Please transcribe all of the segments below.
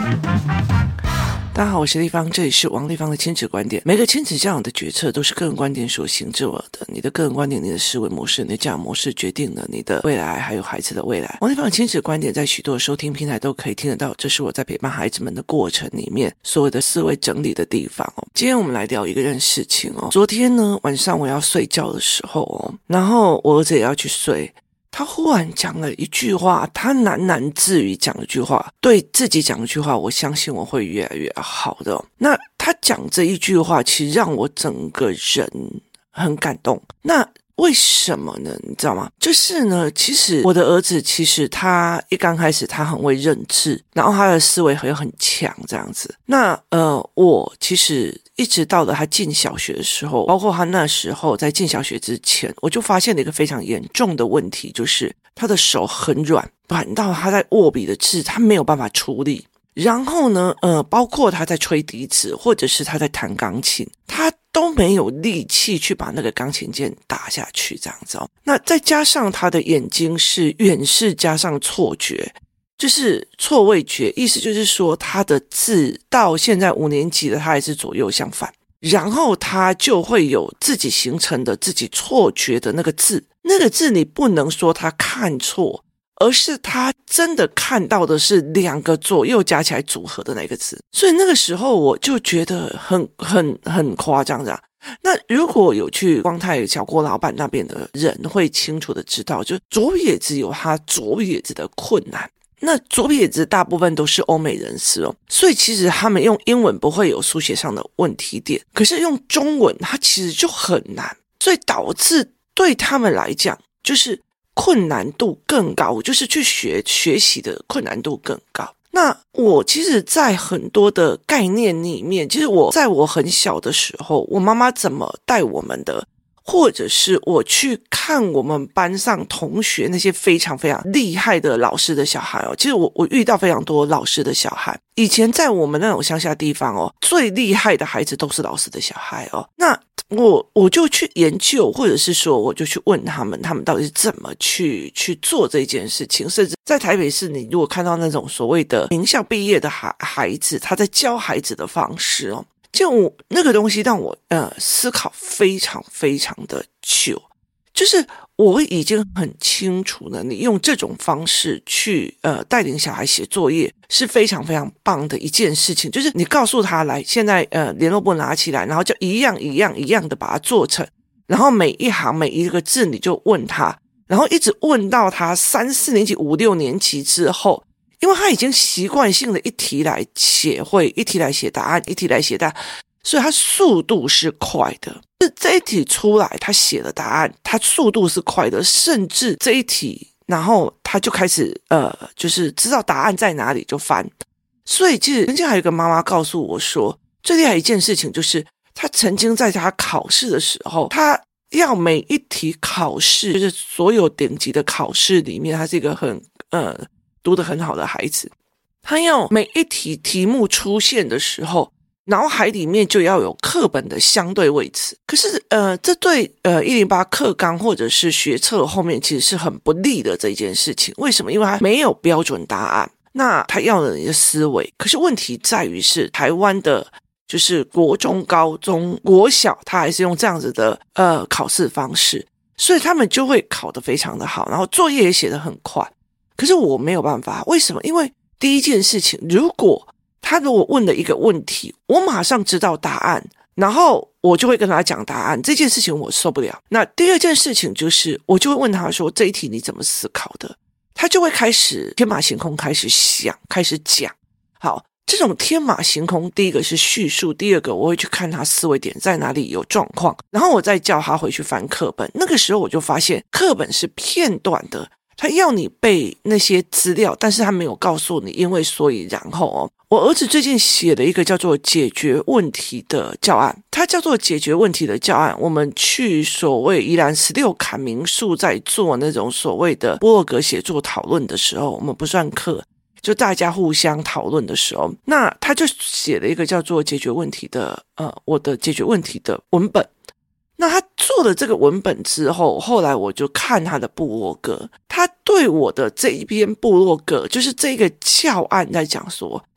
大家好，我是立方，这里是王立方的亲子观点。每个亲子教养的决策都是个人观点所形制的，你的个人观点、你的思维模式、你的教养模式决定了你的未来，还有孩子的未来。王立方的亲子观点在许多的收听平台都可以听得到，这是我在陪伴孩子们的过程里面所有的思维整理的地方哦。今天我们来聊一个件事情哦。昨天呢晚上我要睡觉的时候哦，然后我儿子也要去睡。他忽然讲了一句话，他喃喃自语讲了一句话，对自己讲一句话，我相信我会越来越好的。那他讲这一句话，其实让我整个人很感动。那为什么呢？你知道吗？就是呢，其实我的儿子，其实他一刚开始他很会认字，然后他的思维很强这样子。那我其实一直到了他进小学的时候，包括他那时候在进小学之前，我就发现了一个非常严重的问题，就是他的手很软到他在握笔的字他没有办法出力。然后呢包括他在吹笛子或者是他在弹钢琴，他都没有力气去把那个钢琴键打下去这样子哦。那再加上他的眼睛是远视加上错觉，就是错位觉，意思就是说他的字到现在5年级了，他还是左右相反，然后他就会有自己形成的自己错觉的那个字，那个字你不能说他看错，而是他真的看到的是2个左右加起来组合的那个字。所以那个时候我就觉得很夸张这样。那如果有去光泰小郭老板那边的人会清楚的知道，就左撇子有他左撇子的困难，那左撇子大部分都是欧美人士哦，所以其实他们用英文不会有书写上的问题点，可是用中文它其实就很难，所以导致对他们来讲就是困难度更高，就是去学习的困难度更高。那我其实在很多的概念里面，其实在我很小的时候，我妈妈怎么带我们的，或者是我去看我们班上同学那些非常非常厉害的老师的小孩哦，其实我遇到非常多老师的小孩。以前在我们那种乡下地方哦，最厉害的孩子都是老师的小孩哦。那我就去研究，或者是说我就去问他们到底是怎么去做这件事情。甚至在台北市，你如果看到那种所谓的名校毕业的孩子，他在教孩子的方式哦，就那个东西让我思考非常非常的久。就是我已经很清楚了，你用这种方式去带领小孩写作业是非常非常棒的一件事情。就是你告诉他来，现在联络簿拿起来，然后就一样的把它做成，然后每一行每一个字你就问他，然后一直问到他3、4年级、5、6年级之后，因为他已经习惯性的一题来写会，一题来写答案，一题来写答案，所以他速度是快的。这一题出来他写了答案，他速度是快的，甚至这一题然后他就开始就是知道答案在哪里就翻。所以其实人家还有一个妈妈告诉我说，最厉害一件事情就是他曾经在他考试的时候，他要每一题考试，就是所有顶级的考试里面，他是一个很读得很好的孩子，他要每一题题目出现的时候，脑海里面就要有课本的相对位置。可是这对108课纲或者是学测后面其实是很不利的这一件事情。为什么？因为它没有标准答案，那他要了你的思维。可是问题在于是台湾的就是国中、高中、国小，他还是用这样子的考试方式，所以他们就会考得非常的好，然后作业也写得很快。可是我没有办法，为什么？因为第一件事情，如果我问了一个问题，我马上知道答案，然后我就会跟他讲答案，这件事情我受不了。那第二件事情就是，我就会问他说，这一题你怎么思考的？他就会开始天马行空，开始想，开始讲。好，这种天马行空，第一个是叙述，第二个我会去看他思维点在哪里有状况，然后我再叫他回去翻课本。那个时候我就发现课本是片段的，他要你背那些资料，但是他没有告诉你因为所以然后哦。我儿子最近写了一个叫做解决问题的教案，它叫做解决问题的教案。我们去所谓宜兰16坎民宿在做那种所谓的部落格写作讨论的时候，我们不算课，就大家互相讨论的时候，那他就写了一个叫做解决问题的我的解决问题的文本。那他做了这个文本之后，后来我就看他的部落格，他对我的这一篇部落格，就是这个教案在讲说，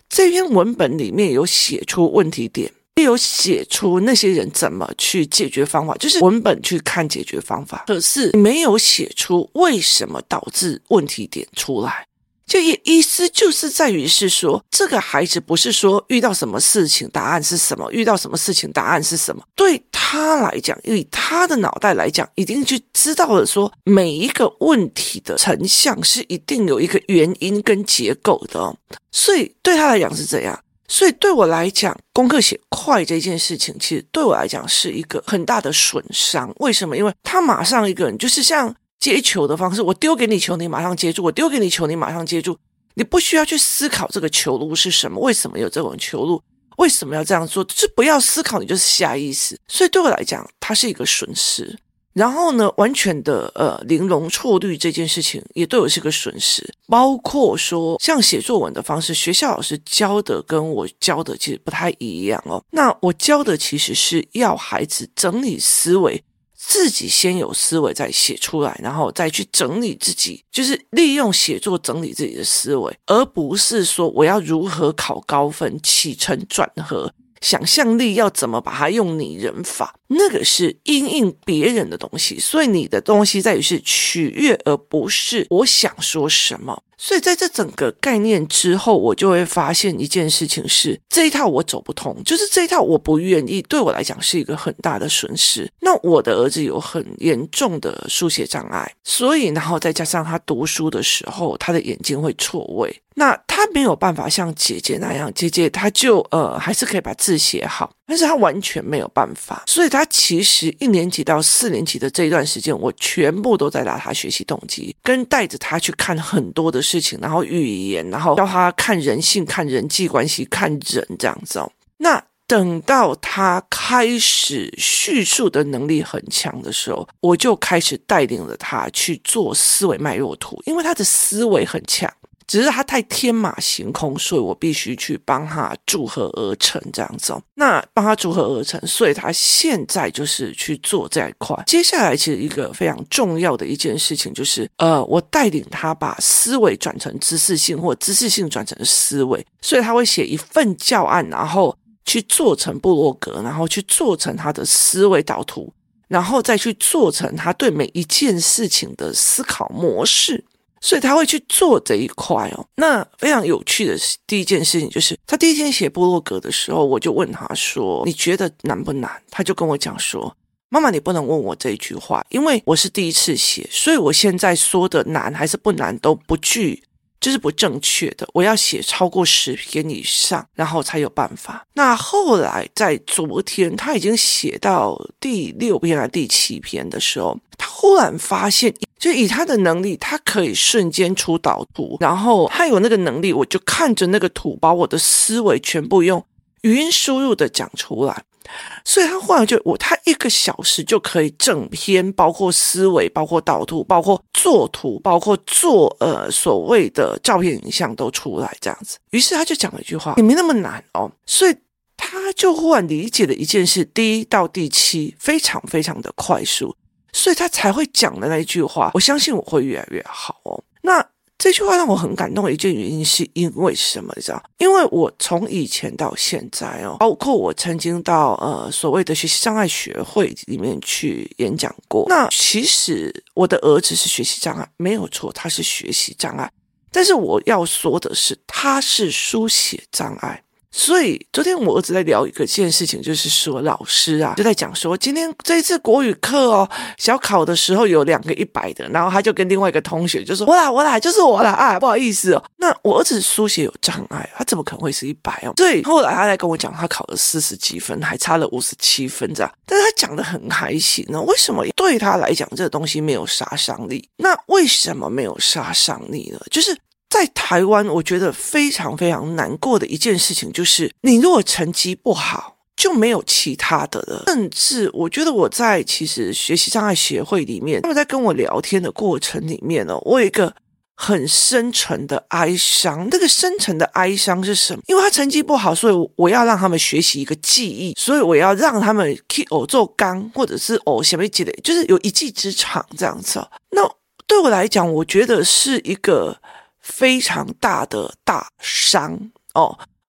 这篇文本里面有写出问题点，也有写出那些人怎么去解决方法，就是文本去看解决方法，可是没有写出为什么导致问题点出来。就意思就是在于是说，这个孩子不是说遇到什么事情答案是什么，遇到什么事情答案是什么，对他来讲，以他的脑袋来讲，一定去知道了说每一个问题的成像是一定有一个原因跟结构的哦，所以对他来讲是这样。所以对我来讲，功课写快这件事情，其实对我来讲是一个很大的损伤。为什么？因为他马上一个人就是像接球的方式，我丢给你球，你马上接住；我丢给你球，你马上接住。你不需要去思考这个球路是什么，为什么有这种球路，为什么要这样做，就是不要思考，你就是下意识。所以对我来讲，它是一个损失。然后呢，完全的零容错率这件事情也对我是个损失。包括说像写作文的方式，学校老师教的跟我教的其实不太一样哦。那我教的其实是要孩子整理思维，自己先有思维再写出来，然后再去整理自己，就是利用写作整理自己的思维，而不是说我要如何考高分，起承转合，想象力要怎么把它用拟人法，那个是因应别人的东西。所以你的东西在于是取悦，而不是我想说什么。所以在这整个概念之后，我就会发现一件事情是，这一套我走不通，就是这一套我不愿意，对我来讲是一个很大的损失。那我的儿子有很严重的书写障碍，所以然后再加上他读书的时候，他的眼睛会错位，那他没有办法像姐姐那样，姐姐他就还是可以把字写好，但是他完全没有办法。所以他其实1年级到4年级的这一段时间，我全部都在拉他学习动机，跟带着他去看很多的事情，然后语言，然后教他看人性，看人际关系，看人这样子哦。那等到他开始叙述的能力很强的时候，我就开始带领了他去做思维脉络图，因为他的思维很强，只是他太天马行空，所以我必须去帮他组合而成这样子哦。那帮他组合而成，所以他现在就是去做这一块。接下来其实一个非常重要的一件事情就是我带领他把思维转成知识性，或知识性转成思维，所以他会写一份教案，然后去做成部落格，然后去做成他的思维导图，然后再去做成他对每一件事情的思考模式。所以他会去做这一块哦。那非常有趣的第一件事情就是，他第一天写部落格的时候，我就问他说：“你觉得难不难？”他就跟我讲说：“妈妈，你不能问我这一句话，因为我是第一次写，所以我现在说的难还是不难都不就是不正确的，我要写超过10篇以上，然后才有办法。”那后来在昨天，他已经写到第6篇还是第7篇的时候，他忽然发现，就以他的能力，他可以瞬间出导图，然后他有那个能力，我就看着那个图，把我的思维全部用语音输入的讲出来。所以他忽然他1个小时就可以整篇，包括思维，包括导图，包括做图，包括做所谓的照片影像都出来这样子。于是他就讲了一句话：“也没那么难哦。”所以他就忽然理解了一件事，第1到第7非常非常的快速，所以他才会讲的那一句话：“我相信我会越来越好哦。”那这句话让我很感动的一件原因是因为什么？你知道？因为我从以前到现在哦，包括我曾经到所谓的学习障碍学会里面去演讲过。那其实我的儿子是学习障碍，没有错，他是学习障碍。但是我要说的是，他是书写障碍。所以昨天我儿子在聊一件事情，就是说老师啊就在讲说，今天这一次国语课哦，小考的时候有2个100的，然后他就跟另外一个同学就说：“我啦，就是我啦啊，不好意思哦。”那我儿子书写有障碍，他怎么可能会是100哦？所以后来他来跟我讲，他考了40几分，还差了57分这样。但是他讲得很开心呢，为什么？对他来讲，这个东西没有杀伤力。那为什么没有杀伤力呢？就是在台湾，我觉得非常非常难过的一件事情就是，你如果成绩不好，就没有其他的了。甚至我觉得我在其实学习障碍协会里面，他们在跟我聊天的过程里面呢，我有一个很深沉的哀伤。那个深沉的哀伤是什么？因为他成绩不好，所以我要让他们学习一个技艺，所以我要让他们去做钢，或者是什么之类，就是有一技之长这样子哦。那对我来讲，我觉得是一个非常大的大伤哦，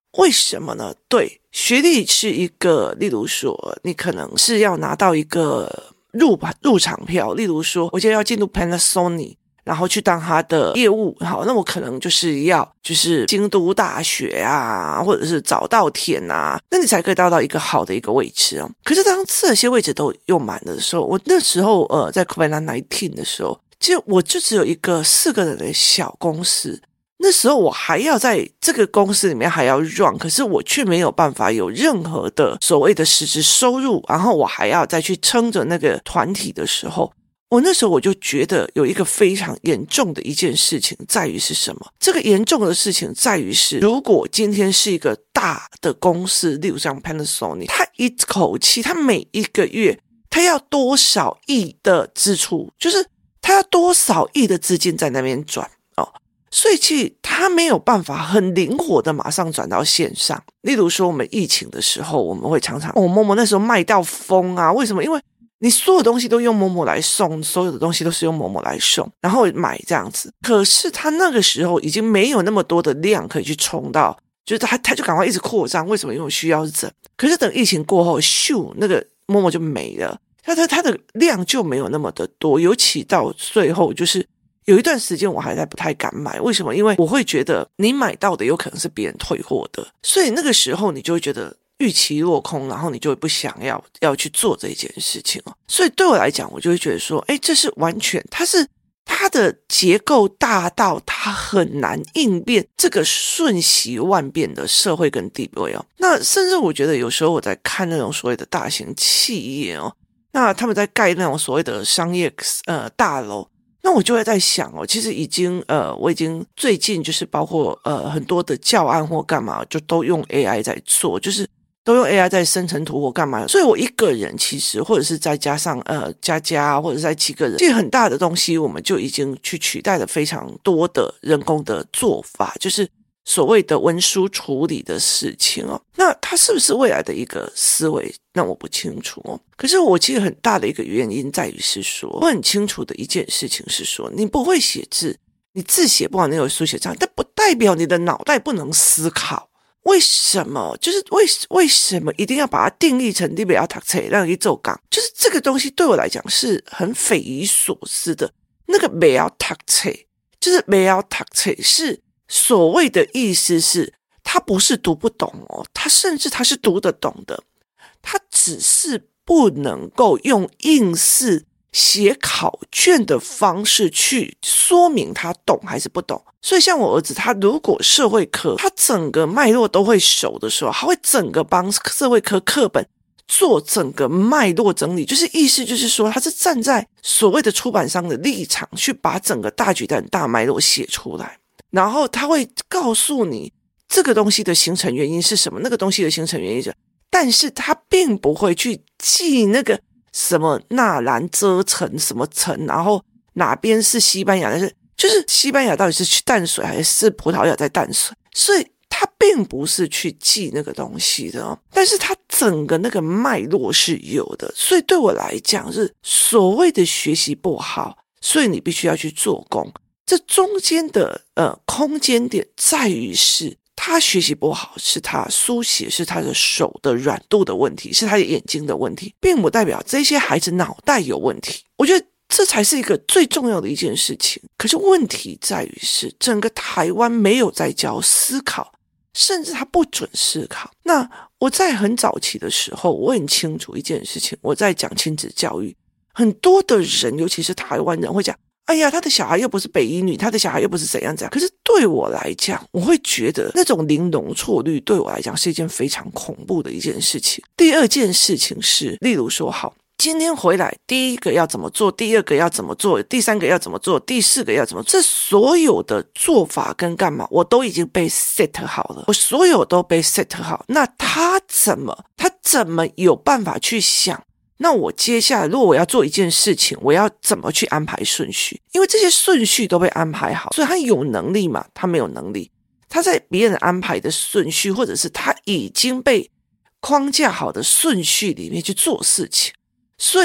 为什么呢？对，学历是一个，例如说，你可能是要拿到一个入场票，例如说，我今天要进入 Panasonic。然后去当他的业务，好，那我可能就是京都大学啊，或者是早稻田啊，那你才可以到一个好的一个位置啊。可是当这些位置都用满了的时候，我那时候在 COVID-19 的时候，其实我就只有一个4个人的小公司，那时候我还要在这个公司里面还要 run， 可是我却没有办法有任何的所谓的实质收入，然后我还要再去撑着那个团体的时候。我那时候我就觉得有一个非常严重的一件事情在于是什么？这个严重的事情在于是，如果今天是一个大的公司，例如像 Panasonic， 它一口气，它每一个月，它要多少亿的支出，就是它要多少亿的资金在那边转哦，所以其实它没有办法很灵活的马上转到线上。例如说我们疫情的时候，我们会常常某某那时候卖到疯啊，为什么？因为你所有东西都用某某来送，所有的东西都是用某某来送，然后买这样子。可是他那个时候已经没有那么多的量可以去冲到，就是他就赶快一直扩张。为什么？因为我需要人。可是等疫情过后，咻，那个某某就没了，他的量就没有那么的多。尤其到最后，就是有一段时间我还在不太敢买。为什么？因为我会觉得你买到的有可能是别人退货的，所以那个时候你就会觉得预期落空，然后你就会不想要去做这件事情哦。所以对我来讲，我就会觉得说，这是完全它的结构大到它很难应变这个瞬息万变的社会跟地位哦。那甚至我觉得有时候我在看那种所谓的大型企业哦，那他们在盖那种所谓的商业大楼。那我就会在想哦，其实我已经最近就是包括很多的教案或干嘛，就都用 AI 在做，就是都用 AI 在生成图或干嘛，所以我一个人其实或者是再加上加或者再几个人，其实很大的东西我们就已经去取代了非常多的人工的做法，就是所谓的文书处理的事情哦。那它是不是未来的一个思维？那我不清楚哦。可是我其实很大的一个原因在于是说，我很清楚的一件事情是说，你不会写字，你字写不好，你有书写障碍，但不代表你的脑袋不能思考。为什么？就是为什么一定要把它定义成你不要读册让你做工？就是这个东西对我来讲是很匪夷所思的。那个不要读册，就是不要读册是所谓的意思是，他不是读不懂哦，他甚至他是读得懂的，他只是不能够用应试写考卷的方式去说明他懂还是不懂。所以像我儿子，他如果社会科他整个脉络都会熟的时候，他会整个帮社会科课本做整个脉络整理，就是意思就是说他是站在所谓的出版商的立场去把整个大局的大脉络写出来，然后他会告诉你这个东西的形成原因是什么，那个东西的形成原因是什么，但是他并不会去记那个什么纳兰遮城什么城，然后哪边是西班牙，但是就是西班牙到底是去淡水还是葡萄牙在淡水，所以他并不是去记那个东西的哦，但是他整个那个脉络是有的。所以对我来讲是所谓的学习不好，所以你必须要去做工。这中间的空间点在于是他学习不好，是他书写是他的手的软度的问题，是他的眼睛的问题，并不代表这些孩子脑袋有问题。我觉得这才是一个最重要的一件事情。可是问题在于是整个台湾没有在教思考，甚至他不准思考。那我在很早期的时候，我很清楚一件事情，我在讲亲子教育，很多的人尤其是台湾人会讲，哎呀，他的小孩又不是北一女，他的小孩又不是怎样怎样。可是对我来讲，我会觉得那种零容错率对我来讲是一件非常恐怖的一件事情。第二件事情是，例如说好，今天回来第一个要怎么做，第二个要怎么做，第三个要怎么做，第四个要怎么做，这所有的做法跟干嘛我都已经被 set 好了，我所有都被 set 好。那他怎么有办法去想，那我接下来如果我要做一件事情，我要怎么去安排顺序？因为这些顺序都被安排好，所以他有能力嘛？他没有能力，他在别人安排的顺序，或者是他已经被框架好的顺序里面去做事情。所以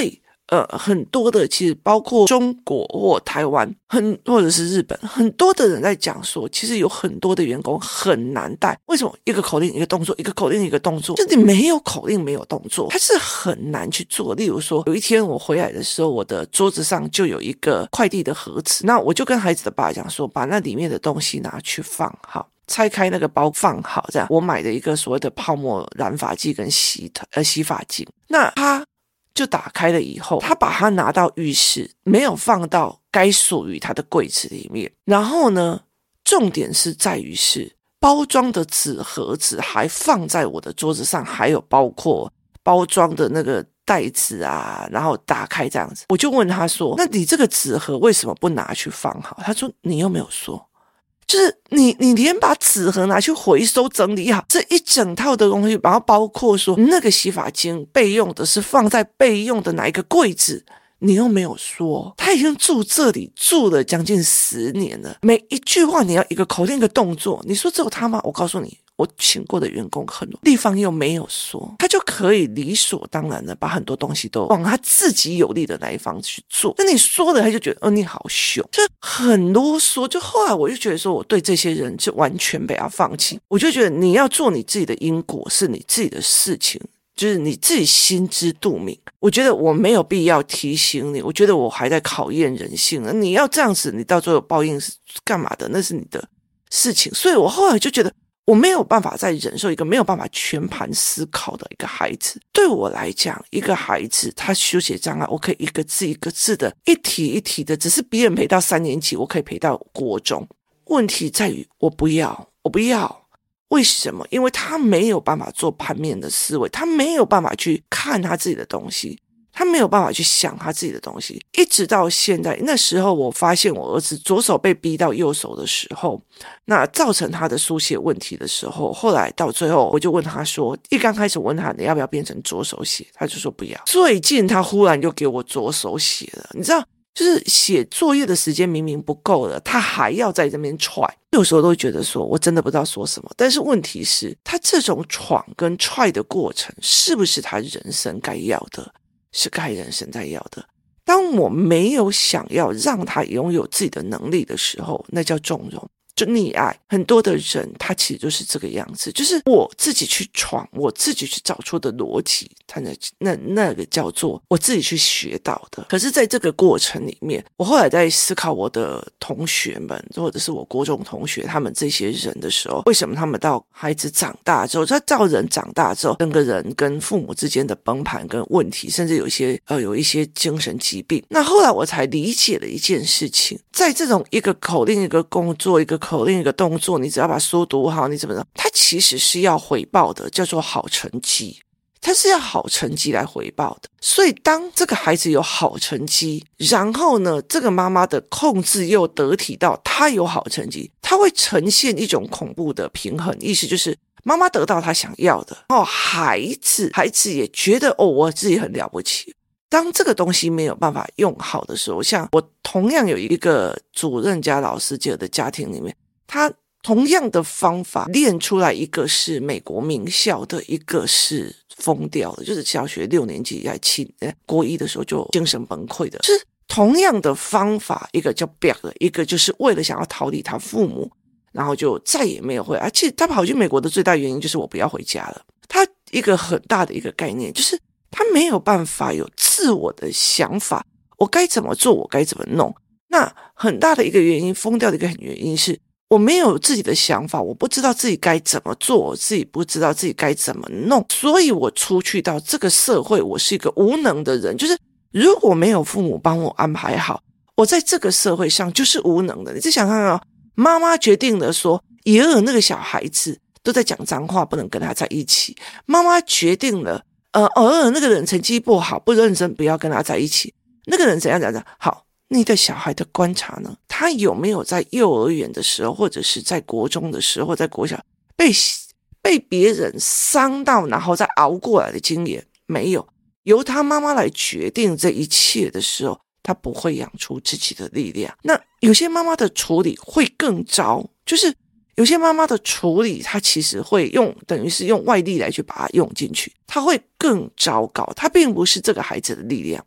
很多的其实包括中国或台湾或者是日本，很多的人在讲说，其实有很多的员工很难带。为什么？一个口令一个动作，一个口令一个动作，就你没有口令没有动作，它是很难去做。例如说，有一天我回来的时候，我的桌子上就有一个快递的盒子，那我就跟孩子的爸讲说，把那里面的东西拿去放好。拆开那个包放好，这样我买的一个所谓的泡沫染发剂跟洗发精，那他就打开了以后，他把它拿到浴室，没有放到该属于他的柜子里面。然后呢，重点是在于是包装的纸盒子还放在我的桌子上，还有包括包装的那个袋子啊，然后打开这样子。我就问他说，那你这个纸盒为什么不拿去放好？他说你又没有说。就是你连把纸盒拿去回收整理好，这一整套的东西，然后包括说那个洗发精备用的是放在备用的哪一个柜子，你又没有说。他已经住这里住了将近10年了，每一句话你要一个口令一个动作，你说只有他吗？我告诉你，我请过的员工很多地方又没有说，他就可以理所当然的把很多东西都往他自己有利的那一方去做。那你说了，他就觉得你好凶，就很啰嗦。就后来我就觉得说，我对这些人就完全被他放弃。我就觉得你要做你自己的因果，是你自己的事情，就是你自己心知肚明。我觉得我没有必要提醒你，我觉得我还在考验人性呢。你要这样子，你到最后报应是干嘛的？那是你的事情。所以我后来就觉得我没有办法再忍受一个没有办法全盘思考的一个孩子。对我来讲，一个孩子他书写障碍，我可以一个字一个字的一题一题的，只是别人陪到3年级，我可以陪到国中。问题在于我不要。为什么？因为他没有办法做盘面的思维，他没有办法去看他自己的东西，他没有办法去想他自己的东西。一直到现在，那时候我发现我儿子左手被逼到右手的时候，那造成他的书写问题的时候，后来到最后我就问他说，刚开始我问他你要不要变成左手写，他就说不要。最近他忽然就给我左手写了，你知道，就是写作业的时间明明不够了，他还要在这边踹。有时候都会觉得说我真的不知道说什么，但是问题是他这种闯跟踹的过程是不是他人生该要的？是该人生该要的。当我没有想要让他拥有自己的能力的时候，那叫纵容，就溺爱。很多的人他其实就是这个样子，就是我自己去闯，我自己去找出的逻辑，他那个叫做我自己去学到的。可是在这个过程里面，我后来在思考我的同学们，或者是我国中同学他们这些人的时候，为什么他们到孩子长大之后，他到人长大之后，整个人跟父母之间的崩盘跟问题，甚至有一些精神疾病。那后来我才理解了一件事情，在这种一个口令一个工作，一个口令一个动作，你只要把书读好，你怎么着，它其实是要回报的，叫做好成绩。他是要好成绩来回报的。所以当这个孩子有好成绩，然后呢，这个妈妈的控制又得体到他有好成绩，他会呈现一种恐怖的平衡，意思就是妈妈得到他想要的，孩子也觉得我自己很了不起。当这个东西没有办法用好的时候，像我同样有一个主任加老师界的家庭里面，他同样的方法练出来，一个是美国名校的，一个是疯掉的，就是小学6年级国1的时候就精神崩溃的，就是同样的方法，一个叫憋了，一个就是为了想要逃离他父母，然后就再也没有回来。其实他跑去美国的最大原因就是我不要回家了。他一个很大的一个概念就是他没有办法有自我的想法，我该怎么做，我该怎么弄。那很大的一个原因，疯掉的一个原因是我没有自己的想法，我不知道自己该怎么做，我自己不知道自己该怎么弄，所以我出去到这个社会，我是一个无能的人。就是如果没有父母帮我安排好，我在这个社会上就是无能的。你再想看看妈妈决定了说野尔那个小孩子都在讲脏话，不能跟他在一起。妈妈决定了偶尔那个人成绩不好，不认真，不要跟他在一起。那个人怎样好，你的小孩的观察呢？他有没有在幼儿园的时候，或者是在国中的时候，在国小被别人伤到，然后再熬过来的经验？没有。由他妈妈来决定这一切的时候，他不会养出自己的力量。那有些妈妈的处理会更糟，就是有些妈妈的处理，她其实会等于是用外力来去把它用进去，她会更糟糕。她并不是这个孩子的力量，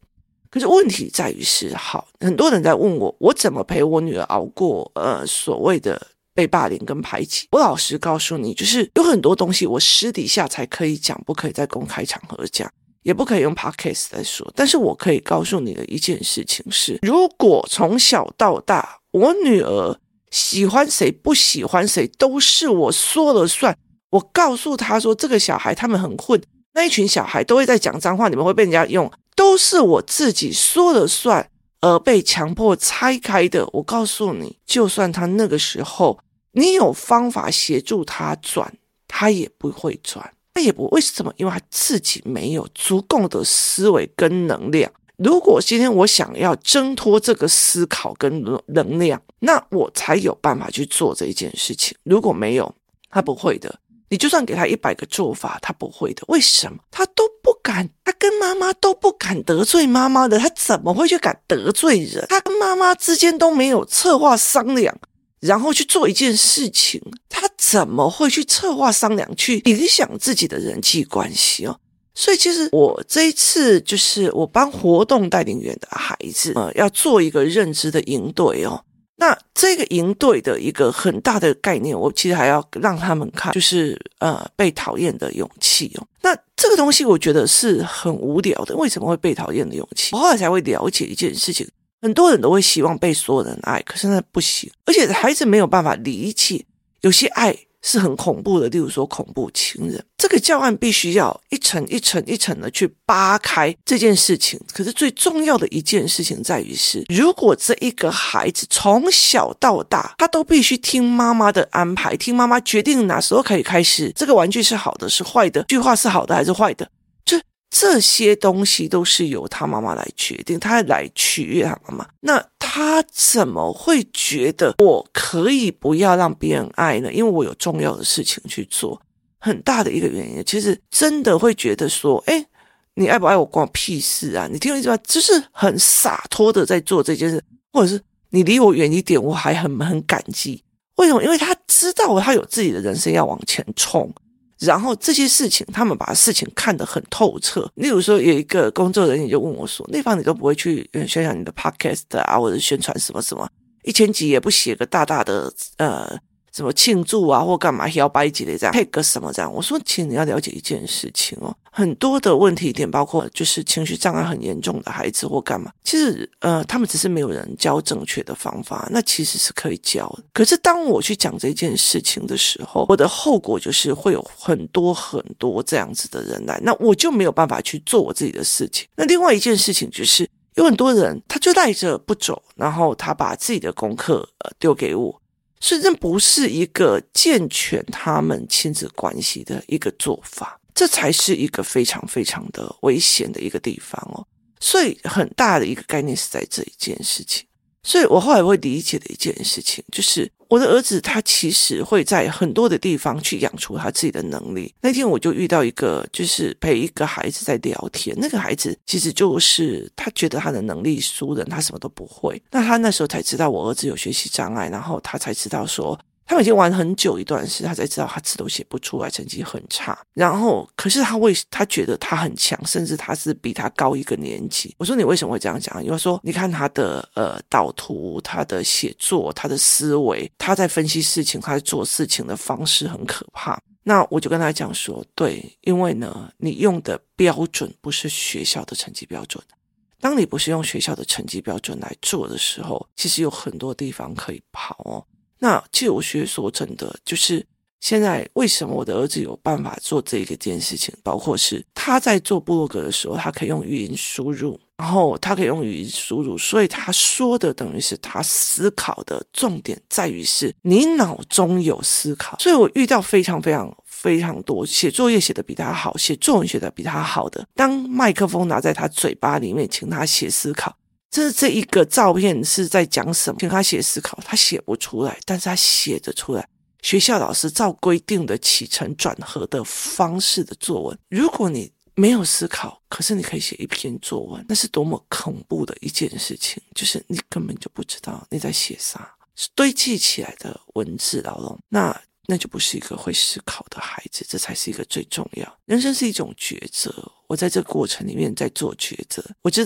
可是问题在于是，好，很多人在问我怎么陪我女儿熬过所谓的被霸凌跟排挤。我老实告诉你，就是有很多东西我私底下才可以讲，不可以在公开场合讲，也不可以用 podcast 来说。但是我可以告诉你的一件事情是，如果从小到大我女儿喜欢谁不喜欢谁都是我说了算，我告诉她说这个小孩他们很混，那一群小孩都会在讲脏话，你们会被人家用，都是我自己说了算而被强迫拆开的。我告诉你，就算他那个时候你有方法协助他转，他也不会转，他也不，为什么？因为他自己没有足够的思维跟能量。如果今天我想要挣脱这个思考跟能量，那我才有办法去做这一件事情。如果没有，他不会的。你就算给他100个做法，他不会的。为什么？他都不敢，他跟妈妈都不敢得罪妈妈的，他怎么会去敢得罪人？他跟妈妈之间都没有策划商量，然后去做一件事情，他怎么会去策划商量，去影响自己的人际关系哦？所以其实我这一次就是我帮活动带领员的孩子要做一个认知的营队哦。那这个营队的一个很大的概念，我其实还要让他们看，就是被讨厌的勇气哦。那这个东西我觉得是很无聊的，为什么会被讨厌的勇气？我后来才会了解一件事情，很多人都会希望被所有人爱，可是那不行，而且孩子没有办法理解有些爱是很恐怖的，例如说恐怖情人，这个教案必须要一层一层一层的去扒开这件事情。可是最重要的一件事情在于是，如果这一个孩子从小到大他都必须听妈妈的安排，听妈妈决定哪时候可以开始，这个玩具是好的是坏的，句话是好的还是坏的，这些东西都是由他妈妈来决定，他来取悦他妈妈。那他怎么会觉得我可以不要让别人爱呢？因为我有重要的事情去做。很大的一个原因，其实真的会觉得说，你爱不爱我关我屁事啊？你听我意思吧？就是很洒脱的在做这件事，或者是你离我远一点，我还很感激。为什么？因为他知道他有自己的人生要往前冲。然后这些事情他们把事情看得很透彻。例如说有一个工作人员就问我说，那方你都不会去宣传你的 podcast 啊，或者宣传什么什么，1000集也不写个大大的什么庆祝啊或干嘛摇摆几类这样配个什么这样。我说请你要了解一件事情哦，很多的问题点包括就是情绪障碍很严重的孩子或干嘛，其实他们只是没有人教正确的方法，那其实是可以教的。可是当我去讲这件事情的时候，我的后果就是会有很多很多这样子的人来，那我就没有办法去做我自己的事情。那另外一件事情就是有很多人他就带着不走，然后他把自己的功课丢给我，所以这不是一个健全他们亲子关系的一个做法，这才是一个非常非常的危险的一个地方哦。所以很大的一个概念是在这一件事情。所以我后来会理解的一件事情就是我的儿子他其实会在很多的地方去养出他自己的能力。那天我就遇到一个就是陪一个孩子在聊天，那个孩子其实就是他觉得他的能力输人，他什么都不会。那他那时候才知道我儿子有学习障碍，然后他才知道说他们已经玩很久一段时间，他才知道他字都写不出来，成绩很差。然后可是他觉得他很强，甚至他是比他高一个年级。我说你为什么会这样讲？因为说你看他的导图，他的写作，他的思维，他在分析事情，他在做事情的方式很可怕。那我就跟他讲说，对，因为呢你用的标准不是学校的成绩标准。当你不是用学校的成绩标准来做的时候，其实有很多地方可以跑哦。那据我学说真的就是现在为什么我的儿子有办法做这件事情，包括是他在做部落格的时候他可以用语音输入，然后他可以用语音输入，所以他说的等于是他思考的重点在于是你脑中有思考。所以我遇到非常非常非常多写作业写得比他好，写作文写得比他好的，当麦克风拿在他嘴巴里面请他写思考，这一个照片是在讲什么，请他写思考，他写不出来，但是他写得出来。学校老师照规定的起承转合的方式的作文，如果你没有思考，可是你可以写一篇作文，那是多么恐怖的一件事情，就是你根本就不知道你在写啥，是堆砌起来的文字牢笼，那就不是一个会思考的孩子，这才是一个最重要。人生是一种抉择，我在这个过程里面在做抉择，我知道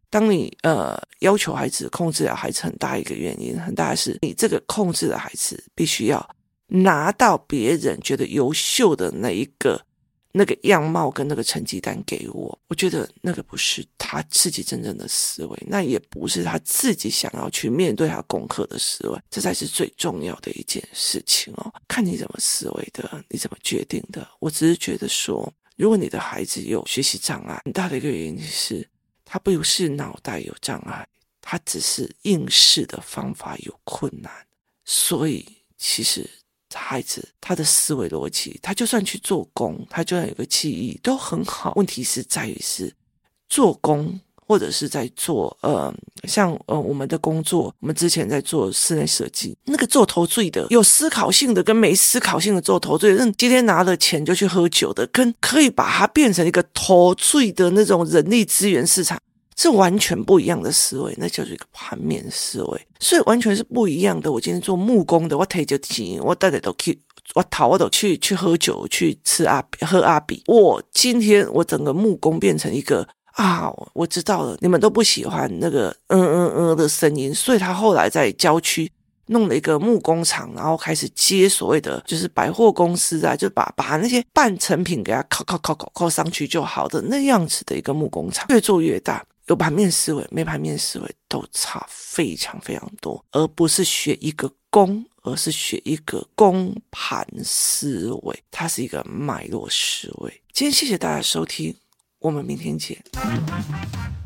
当你要求孩子控制了孩子，很大一个原因，很大的是你这个控制的孩子必须要拿到别人觉得优秀的那个样貌跟那个成绩单给我觉得那个不是他自己真正的思维，那也不是他自己想要去面对他功课的思维，这才是最重要的一件事情哦。看你怎么思维的，你怎么决定的。我只是觉得说，如果你的孩子有学习障碍，很大的一个原因是他不是脑袋有障碍，他只是应试的方法有困难。所以其实孩子他的思维逻辑，他就算去做工，他就算有个记忆都很好，问题是在于是做工或者是在做像我们的工作，我们之前在做室内设计，那个做头罪的，有思考性的跟没思考性的做头罪的，今天拿了钱就去喝酒的，跟可以把它变成一个头罪的那种人力资源市场，是完全不一样的思维，那就是一个盘面思维，所以完全是不一样的。我今天做木工的，我提着钱，我大家都去，我都去喝酒，去喝阿比。我今天我整个木工变成一个我知道了，你们都不喜欢那个的声音，所以他后来在郊区弄了一个木工厂，然后开始接所谓的就是百货公司啊，就把那些半成品给它靠上去就好的那样子的一个木工厂，越做越大。有盘面思维没盘面思维都差非常非常多，而不是学一个工，而是学一个公盘思维，它是一个脉络思维。今天谢谢大家收听，我们明天见。